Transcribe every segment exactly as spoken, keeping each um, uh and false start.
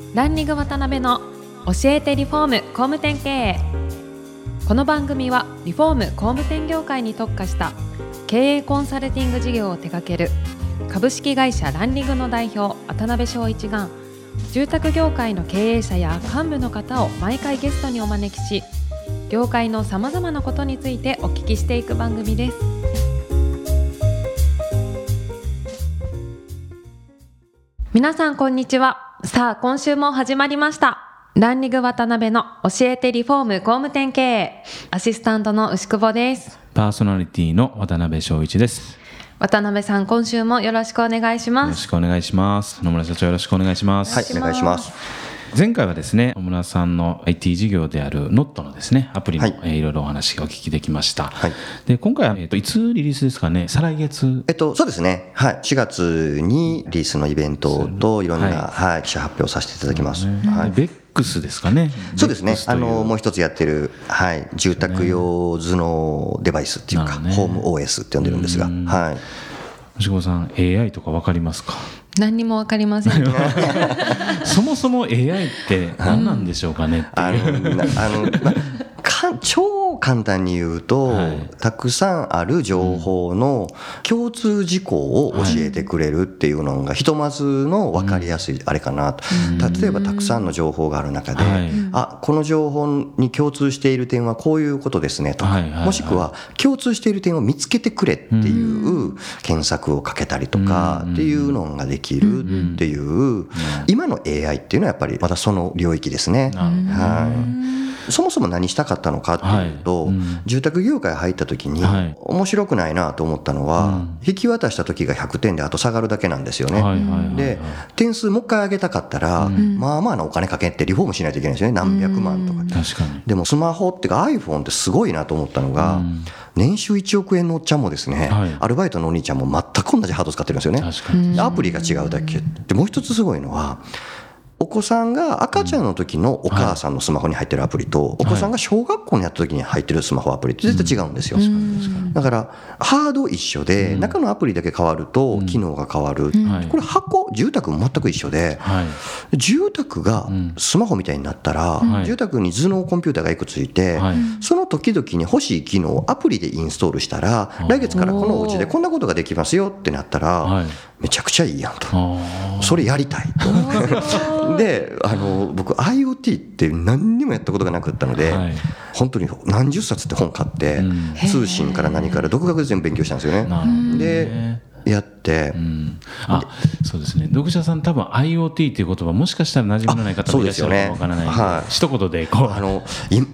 ランニング渡辺の教えてリフォーム工務店経営。この番組はリフォーム工務店業界に特化した経営コンサルティング事業を手掛ける株式会社ランリングの代表渡辺翔一が住宅業界の経営者や幹部の方を毎回ゲストにお招きし、業界のさまざまなことについてお聞きしていく番組です。皆さんこんにちは。さあ今週も始まりました。ランリング渡辺の教えてリフォーム工務店経営、アシスタントの牛久保です。 パーソナリティの渡辺翔一です。 渡辺さん、今週もよろしくお願いします。 よろしくお願いします。野村社長、よろしくお願いします。 はい、お願いします。 前回はですね、野村さんの アイティー 事業であるノットのですねアプリの、はいえー、いろいろお話がお聞きできました。はい、で今回は、えー、といつリリースですかね。再来月。 えっとそうですね。はい。しがつにリリースのイベントといろんな、はいはい、記者発表させていただきます。 ねはい、ベックスですかね。 そうですね。あのもう一つやってる、はい、住宅用頭脳デバイスっていうか、ね、ホーム オーエス って呼んでるんですが、はい。 牛久さん エーアイ とか分かりますか？ 何にも分かりませんそもそも エーアイ って何なんでしょうかねっていう、 あのあの、ま、か超簡単に言うと、はい、たくさんある情報の共通事項を教えてくれるっていうのがひとまずの分かりやすいあれかなと、うん、例えばたくさんの情報がある中で、はい、あこの情報に共通している点はこういうことですねとか、はいはいはい、もしくは共通している点を見つけてくれっていう検索をかけたりとかっていうのができるっていう、うん、今の エーアイ っていうのはやっぱりまだその領域ですね。はいそもそも何したかったのかっていうと、はいうん、住宅業界入った時に、はい、面白くないなと思ったのは、うん、引き渡した時がひゃくてんであと下がるだけなんですよね、はいはいはいはい、で点数もう一回上げたかったら、うん、まあまあなお金かけてリフォームしないといけないんですよね。何百万とか、うん、 確かに。 でもスマホっていうか iPhone ってすごいなと思ったのが、うん、年収いちおくえんのおっちゃんもですね、はい、アルバイトのお兄ちゃんも全く同じハード使ってるんですよね。確かに。アプリが違うだけで、もう一つすごいのはお子さんが赤ちゃんの時のお母さんのスマホに入ってるアプリと、お子さんが小学校になった時に入ってるスマホアプリって絶対違うんですよ。だからハード一緒で中のアプリだけ変わると機能が変わる。これ箱住宅も全く一緒で、住宅がスマホみたいになったら住宅に頭脳コンピューターがいくついて、その時々に欲しい機能をアプリでインストールしたら来月からこのお家でこんなことができますよってなったらめちゃくちゃいいやんと、それやりたいとであの僕 IoT って何にもやったことがなかったので、はい、本当に何十冊って本買って、うん、通信から何から独学で全部勉強したんですよね。でやって、うん、 あそうですね。読者さん多分 IoT っていう言葉もしかしたら馴染みのない方もいらっしゃるかもわからないので、はい、一言でこうあの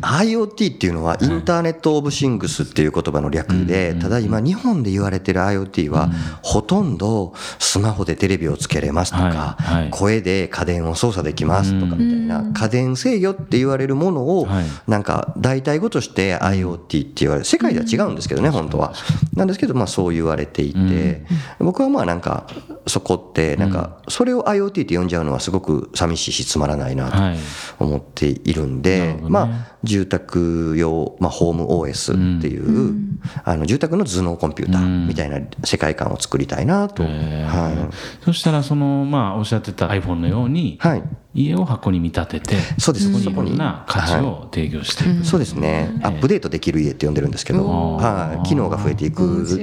IoT っていうのはインターネットオブシングスっていう言葉の略で、はい、ただ今日本で言われてる IoT は、うん、ほとんどスマホでテレビをつけれますとか、はいはい、声で家電を操作できますとかみたいな、うん、家電制御って言われるものを、はい、なんか代替語として IoT って言われる。世界では違うんですけどね、本当はなんですけど、まあそう言われていて、うん僕はまあなんかそこってなんかそれを IoT って呼んじゃうのはすごく寂しいしつまらないなと思っているんで、まあ住宅用まあホーム オーエス っていうあの住宅の頭脳コンピューターみたいな世界観を作りたいなと。はい、 そしたらそのまあおっしゃってた iPhone のように家を箱に見立てて、 そうです、 そこにいろんな価値を提供していく、 はい、そうですね。アップデートできる家って呼んでるんですけど、はい、機能が増えていくっていう、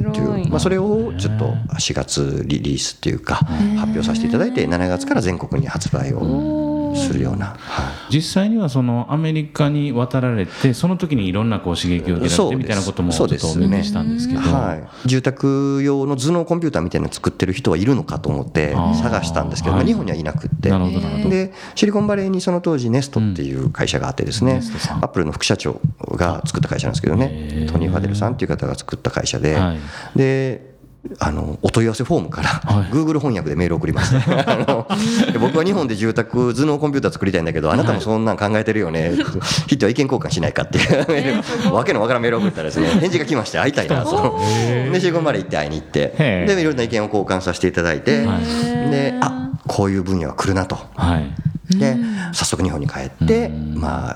まあ、それをちょっとしがつリリースっていうか発表させていただいて、しちがつから全国に発売をするような、はい、 実際にはそのアメリカに渡られてその時にいろんなこう刺激を受けられてみたいなこともちょっとお見受したんですけど、 はい、住宅用の頭脳コンピューターみたいなの作ってる人はいるのかと思って探したんですけど、まあ、日本にはいなくって、でシリコンバレーにその当時ネストっていう会社があってですね、うん、アップルの副社長が作った会社なんですけどね、トニー・ファデルさんっていう方が作った会社で、はい、であのお問い合わせフォームから Google 翻訳でメールを送りました、ね、あの僕は日本で住宅頭脳コンピューター作りたいんだけどあなたもそんなん考えてるよね、ヒットは意見交換しないかっていうメールわけのわからんメールを送ったらですね、返事が来まして、会いたいなと。でシリコンバレー行って会いに行って、でいろんな意見を交換させていただいて、であこういう分野は来るなと、で早速日本に帰って、まあ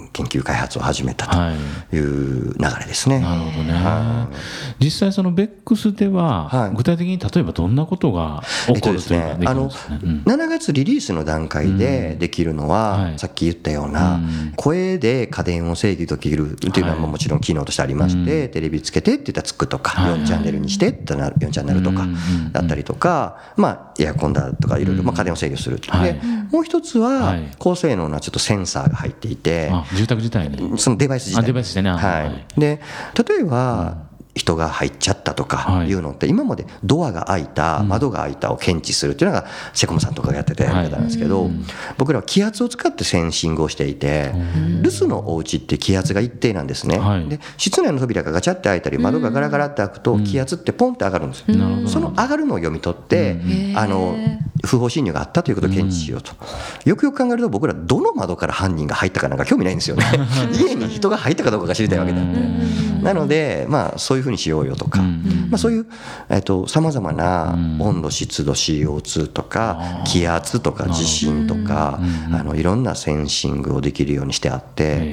研究開発を始めたという流れですね、はい、 なるほどね、はい、実際そのベックスでは、はい、具体的に例えばどんなことが起こるというかできるんですかね、えっとですね、あの、うん、 しちがつリリースの段階でできるのは、うんはい、さっき言ったような、うん、声で家電を制御できるっていうのはもちろん機能としてありまして、はい、テレビつけてって言ったらつくとか、はい、よんチャンネルにしてってなるよんチャンネルとかだったりとか、まあ、エアコンだとかいろいろ家電を制御する、はい、でもう一つは高性能なちょっとセンサーが入っていて、 あ住宅自体にそのデバイス自体にデバイスでね、 はい、で例えば、うん人が入っちゃったとかいうのって今までドアが開いた窓が開いたを検知するっていうのがセコムさんとかがやってたやり方なんですけど、僕らは気圧を使ってセンシングをしていて、留守のお家って気圧が一定なんですね、で室内の扉がガチャって開いたり窓がガラガラって開くと気圧ってポンって上がるんですよ、その上がるのを読み取ってあの不法侵入があったということを検知しようと、よくよく考えると僕らどの窓から犯人が入ったかなんか興味ないんですよね家に人が入ったかどうかが知りたいわけなんで、なのでまあそういうふうにしようよとか、まあ、そういうさまざまな温度湿度 シーオーツー とか気圧とか地震とかあのいろんなセンシングをできるようにしてあって、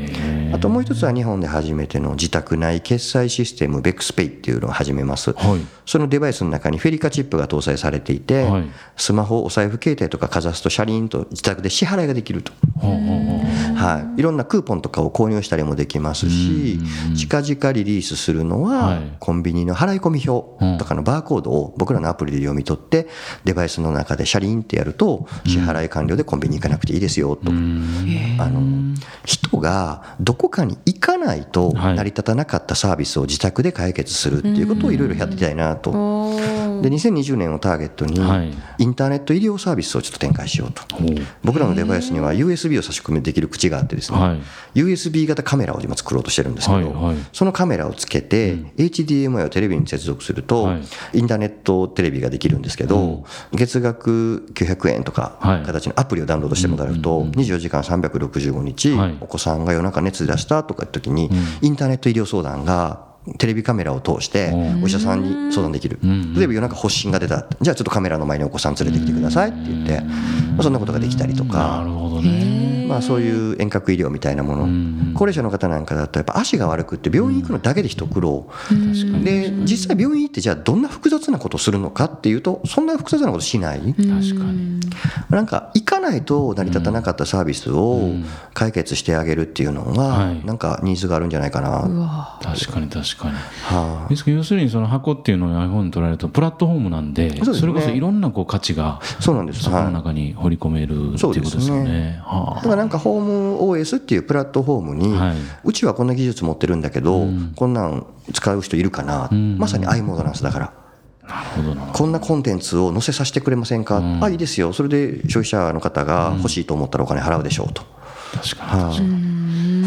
あともう一つは日本で初めての自宅内決済システムベックスペイっていうのを始めます、はい、そのデバイスの中にフェリカチップが搭載されていて、はい、スマホお財布携帯とかかざすとシャリンと自宅で支払いができると、はい、いろんなクーポンとかを購入したりもできますし、近々リリースするのは、はい、コンビニの払い込み表とかのバーコードを僕らのアプリで読み取ってデバイスの中でシャリンってやると支払い完了でコンビニ行かなくていいですよと、あの人がどこかに行かないと成り立たなかったサービスを自宅で解決するっていうことをいろいろやっていきたいなと、でにせんにじゅうねんをターゲットにインターネット医療サービスをちょっと展開しようと、僕らのデバイスには ユーエスビー を差し込みできる口があってですね、はい、ユーエスビー 型カメラを今作ろうとしてるんですけど、はいはい、そのカメラをつけて、うん、エイチディーエムアイ をテレビに接続すると、はい、インターネットテレビができるんですけど、うん、月額きゅうひゃくえんとか形のアプリをダウンロードしてもらうと、はい、にじゅうよじかんさんびゃくろくじゅうごにち、はい、お子さんが夜中熱出したとかいう時に、うん、インターネット医療相談がテレビカメラを通してお医者さんに相談できる、例えば夜中発疹が出た、じゃあちょっとカメラの前にお子さん連れてきてくださいって言って、まあ、そんなことができたりとか、 なるほどね、 まあ、そういう遠隔医療みたいなもの、高齢者の方なんかだとやっぱ足が悪くって病院行くのだけで一苦労で、実際病院行ってじゃあどんな複雑なことをするのかっていうとそんな複雑なことしない、確かになんか行かないと成り立たなかったサービスを解決してあげるっていうのはなんかニーズがあるんじゃないかな。 確かに確かに、はあ、ですから要するにその箱っていうのを iPhone に取られるとプラットフォームなんで、 そ, で、ね、それこそいろんなこう価値がそこの中に掘り込めるっていうことですよね。 だからなんかホーム オーエス っていうプラットフォームに、はい、うちはこんな技術持ってるんだけど、うん、こんなん使う人いるかな、うん、まさに i モードなんです。だからなるほどな、 こんなコンテンツを載せさせてくれませんか、うん、あいいですよ、それで消費者の方が欲しいと思ったらお金払うでしょうと、 うん、確かに確かに、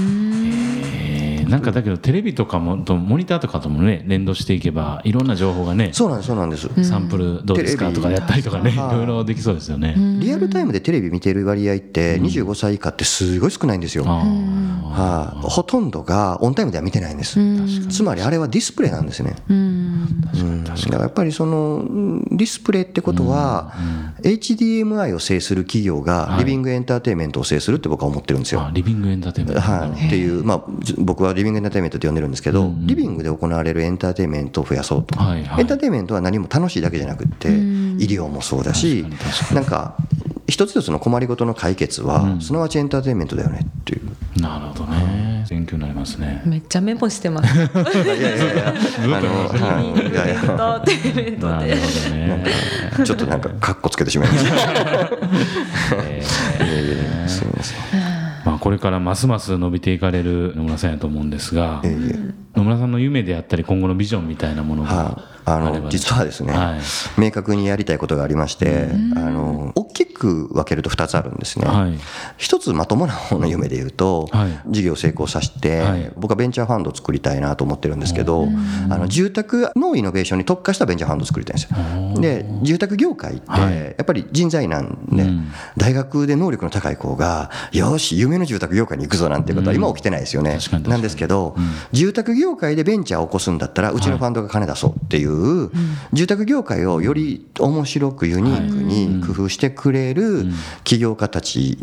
なんかだけどテレビとかもとモニターとかともね連動していけばいろんな情報がね、 そうなんですそうなんです、 サンプルどうですかとかやったりとかね、いろいろできそうですよね。 リアルタイムでテレビ見てる割合ってにじゅうごさい以下ってすごい少ないんですよ、はあ、ほとんどがオンタイムでは見てないんです。つまりあれはディスプレイなんですね。うん確かに確かに、だからやっぱりそのディスプレイってことは、うん、エイチディーエムアイ を制する企業がリビングエンターテインメントを制するって僕は思ってるんですよ。 あリビングエンターテインメント、 はい、っていう、まあ、僕はリビングエンターテインメントって呼んでるんですけど、うんうん、リビングで行われるエンターテインメントを増やそうと、はいはい、エンターテインメントは何も楽しいだけじゃなくって、うん、医療もそうだし、なんか一つ一つの困りごとの解決はすなわちエンターテインメントだよねっていう、 うん、なるほどね、勉強になりますね。 めっちゃメモしてますいやいやいやあの、はい、いやいやエンターテインメントで、 なんかちょっとなんかカッコつけてしまいましたえー、すみません。 まあ、これからますます伸びていかれる野村さんやと思うんですが、えー、野村さんの夢であったり今後のビジョンみたいなものが、はあ、 あの実はですね、はい、明確にやりたいことがありまして、あの大きく分けるとふたつあるんですね、はい、一つまともな方の夢でいうと、はい、事業を成功させて、はい、僕はベンチャーファンドを作りたいなと思ってるんですけど、あの住宅のイノベーションに特化したベンチャーファンドを作りたいんですよ。で住宅業界ってやっぱり人材なんで、はい、大学で能力の高い子がよし夢の住宅業界に行くぞなんていうことは今起きてないですよね、うん、なんですけど、うん、住宅業界でベンチャーを起こすんだったらうちのファンドが金出そうっていう、はい、住宅業界をより面白くユニークに工夫してくれる起業家たちに特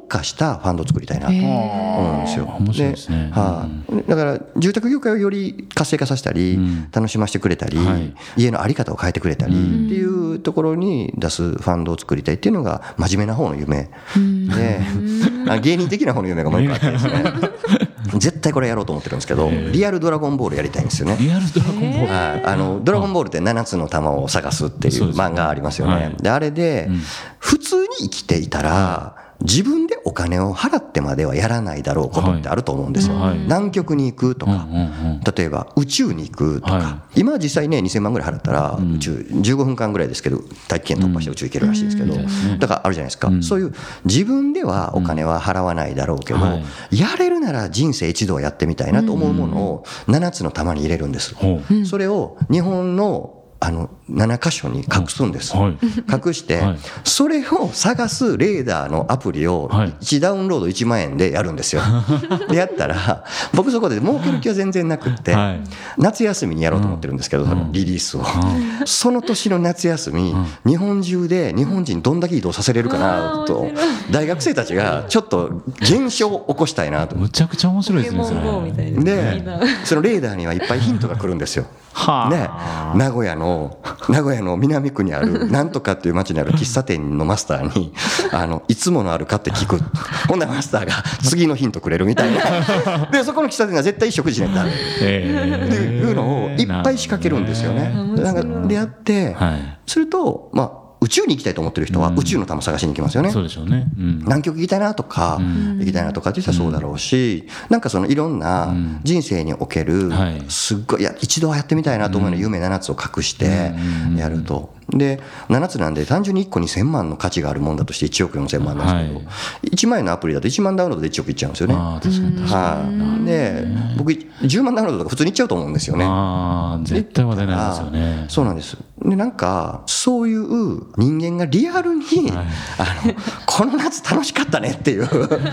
特化したファンドを作りたいなと思うんですよ。 面白いですね。 で、はあ、だから住宅業界をより活性化させたり、うん、楽しませてくれたり、はい、家の在り方を変えてくれたりっていうところに出すファンドを作りたいっていうのが真面目な方の夢で、芸人的な方の夢がもう一個あってですね絶対これやろうと思ってるんですけど、リアルドラゴンボールやりたいんですよね。 リアルドラゴンボール、 はい、あのドラゴンボールってななつの玉を探すっていう漫画ありますよね。はい、であれで、うん、普通に生きていたら自分でお金を払ってまではやらないだろうことってあると思うんですよ。はい、南極に行くとか、うんうんうん、例えば宇宙に行くとか、はい、今は実際ねにせんまんぐらい払ったら宇宙じゅうごふんかんぐらいですけど大気圏突破して宇宙行けるらしいですけど、うん、だからあるじゃないですか、うん、そういう自分ではお金は払わないだろうけど、うんはい、やれるなら人生一度はやってみたいなと思うものをななつの玉に入れるんです。うん、それを日本のあのななかしょに隠すんです、はい、隠して、はい、それを探すレーダーのアプリをいちダウンロードいちまんえんでやるんですよ。でやったら僕そこで儲ける気は全然なくって、はい、夏休みにやろうと思ってるんですけど、うん、そのリリースを、うん、その年の夏休み、うん、日本中で日本人どんだけ移動させれるかなと大学生たちがちょっと現象を起こしたいなと。 むちゃくちゃ面白いですねそれでそのレーダーにはいっぱいヒントが来るんですよ。はあ、ね、名古屋の名古屋の南区にあるなんとかっていう町にある喫茶店のマスターにあのいつものあるかって聞く。ほんならマスターが次のヒントくれるみたいな。でそこの喫茶店が絶対食事になるっていうのをいっぱい仕掛けるんですよね。なんかでやって、はい、するとまあ宇宙に行きたいと思ってる人は宇宙の玉探しに行きますよね。 そうでしょうね。うん、 南極行きたいなとか、うん、行きたいなとかって言ったらそうだろうし、うん、なんかそのいろんな人生におけるすっごい、いや一度はやってみたいなと思うような夢ななつを隠してやると。でななつなんで単純にいっこにせんまんの価値があるもんだとしていちおくよんせんまんなんですけど、はい、いちまんえんのアプリだといちまんダウンロードでいちおくいっちゃうんですよね。 あ確かに確かに、 はい、で僕じゅうまんダウンロードとか普通にいっちゃうと思うんですよね。 あ絶対は出ないですよね。 そうなんです。でなんかそういう人間がリアルに、はい、あのこの夏楽しかったねっていう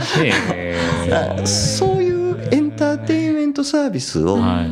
そういうエンターテインメントサービスを、はい、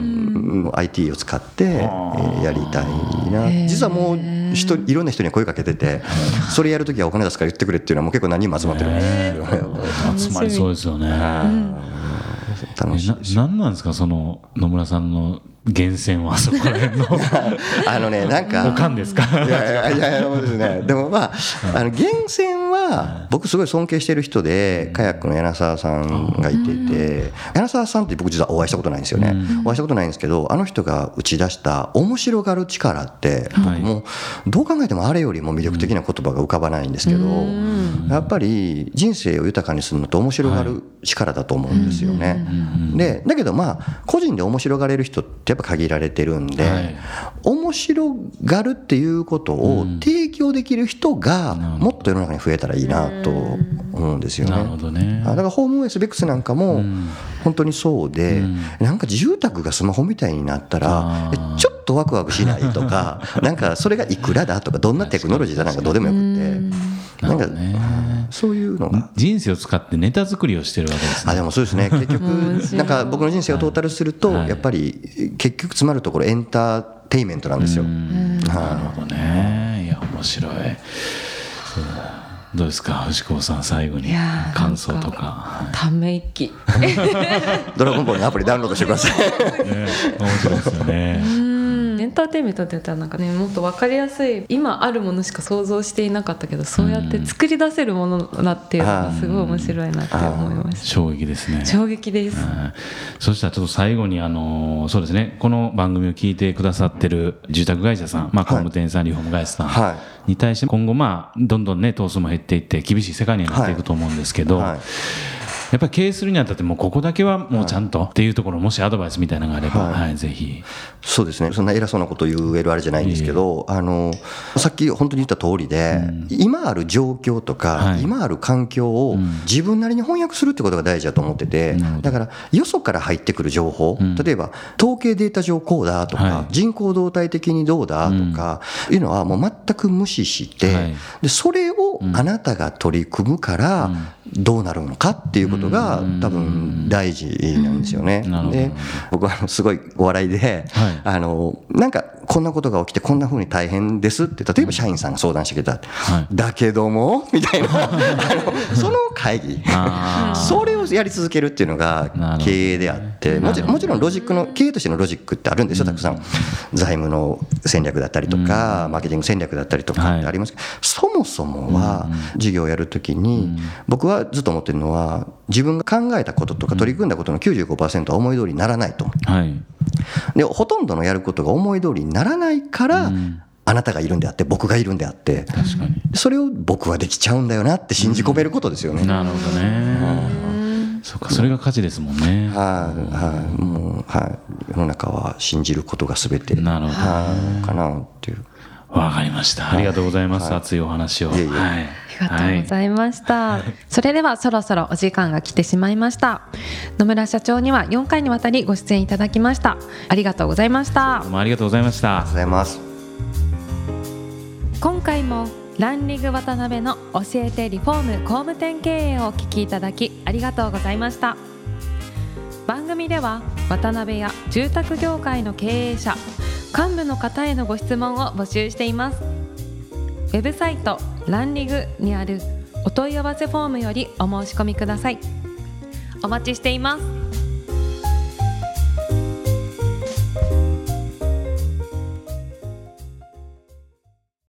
アイティー を使ってやりたいな。実はもう人いろんな人に声かけてて、それやるときはお金出すから言ってくれっていうのはもう結構何人も集まってるんですよね。 集まりそうですよね。楽しいです。な、なんなんですかその野村さんの源泉はそこら辺のあのねなんかおかんですか。 いやいやいやですね。でもまああの源泉は僕すごい尊敬してる人でカヤックの柳沢さんがいていて、柳沢さんって僕実はお会いしたことないんですよね。お会いしたことないんですけど、あの人が打ち出した面白がる力って僕もどう考えてもあれよりも魅力的な言葉が浮かばないんですけど、やっぱり人生を豊かにするのって面白がる力だと思うんですよね。でだけどまあ個人で面白がれる人ってやっぱ限られてるんで、はい、面白がるっていうことを提供できる人がもっと世の中に増えたらいいなと思うんですよね。 なるほどね。 だからホームオエスベックスなんかも本当にそうで、なんか住宅がスマホみたいになったらちょっとワクワクしないとかなんかそれがいくらだとかどんなテクノロジーだなんかどうでもよくってなんかそういうのが人生を使ってネタ作りをしてるわけですね。 あでもそうですね。結局なんか僕の人生をトータルするとやっぱり結局詰まるところエンターテイメントなんですよ。なるほどね。いや面白い。どうですか藤子さん最後に感想とか。 ため息ドラゴンボールのアプリダウンロードしてください、 ね、面白いですよね。 エンターテインメントって言ったらなんかねもっと分かりやすい今あるものしか想像していなかったけどそうやって作り出せるものだっていうのがすごい面白いなって思いました。 衝撃ですね。 衝撃です。 そしたらちょっと最後にあのそうですねこの番組を聞いてくださってる住宅会社さん、まあ、工務店さん、はい、リフォーム会社さん、はい、に対して今後まあどんどんね棟数も減っていって厳しい世界になっていくと思うんですけど、はいはい、やっぱり経営するにあたってもうここだけはもうちゃんとっていうところもしアドバイスみたいなのがあれば、はいはい、ぜひ。 そうですね。そんな偉そうなこと言えるあれじゃないんですけど、あのさっき本当に言った通りで、うん、今ある状況とか、はい、今ある環境を自分なりに翻訳するってことが大事だと思ってて、うん、だからよそから入ってくる情報、うん、例えば統計データ上こうだとか、はい、人口動態的にどうだとか、うん、いうのはもう全く無視して、はい、でそれをあなたが取り組むからどうなるのかっていうことことが多分大事なんですよね。で僕はすごいお笑いで、はい、あのなんかこんなことが起きてこんな風に大変ですって例えば社員さんが相談してきた、はい、だけどもみたいなあのその会議それをやり続けるっていうのが経営であってもちろん、もちろんロジックの経営としてのロジックってあるんですよ。たくさん財務の戦略だったりとかマーケティング戦略だったりとかってありますけど、はい、そもそもは事業をやるときに僕はずっと思ってるのは自分が考えたこととか取り組んだことの きゅうじゅうごパーセント は思い通りにならないと、はい、でほとんどのやることが思い通りにならないから、うん、あなたがいるんであって僕がいるんであって確かにそれを僕はできちゃうんだよなって信じ込めることですよね、 うん、なるほどね、うん、そうかそれが価値ですもんね。 はい、はい、もう、はい、世の中は信じることが全てなるほど、はい、かなっていう。 わかりました。ありがとうございます。はい、熱いお話を。いえいえ、はい、 ありがとうございました。はい、それではそろそろお時間が来てしまいました。野村社長にはよんかいにわたりご出演いただきました。ありがとうございました。 どうもありがとうございました。 ありがとうございます。 今回もランリング渡辺の教えてリフォーム工務店経営をお聞きいただきありがとうございました。番組では渡辺や住宅業界の経営者幹部の方へのご質問を募集しています。ウェブサイトランリグにあるお問い合わせフォームよりお申し込みください。お待ちしています。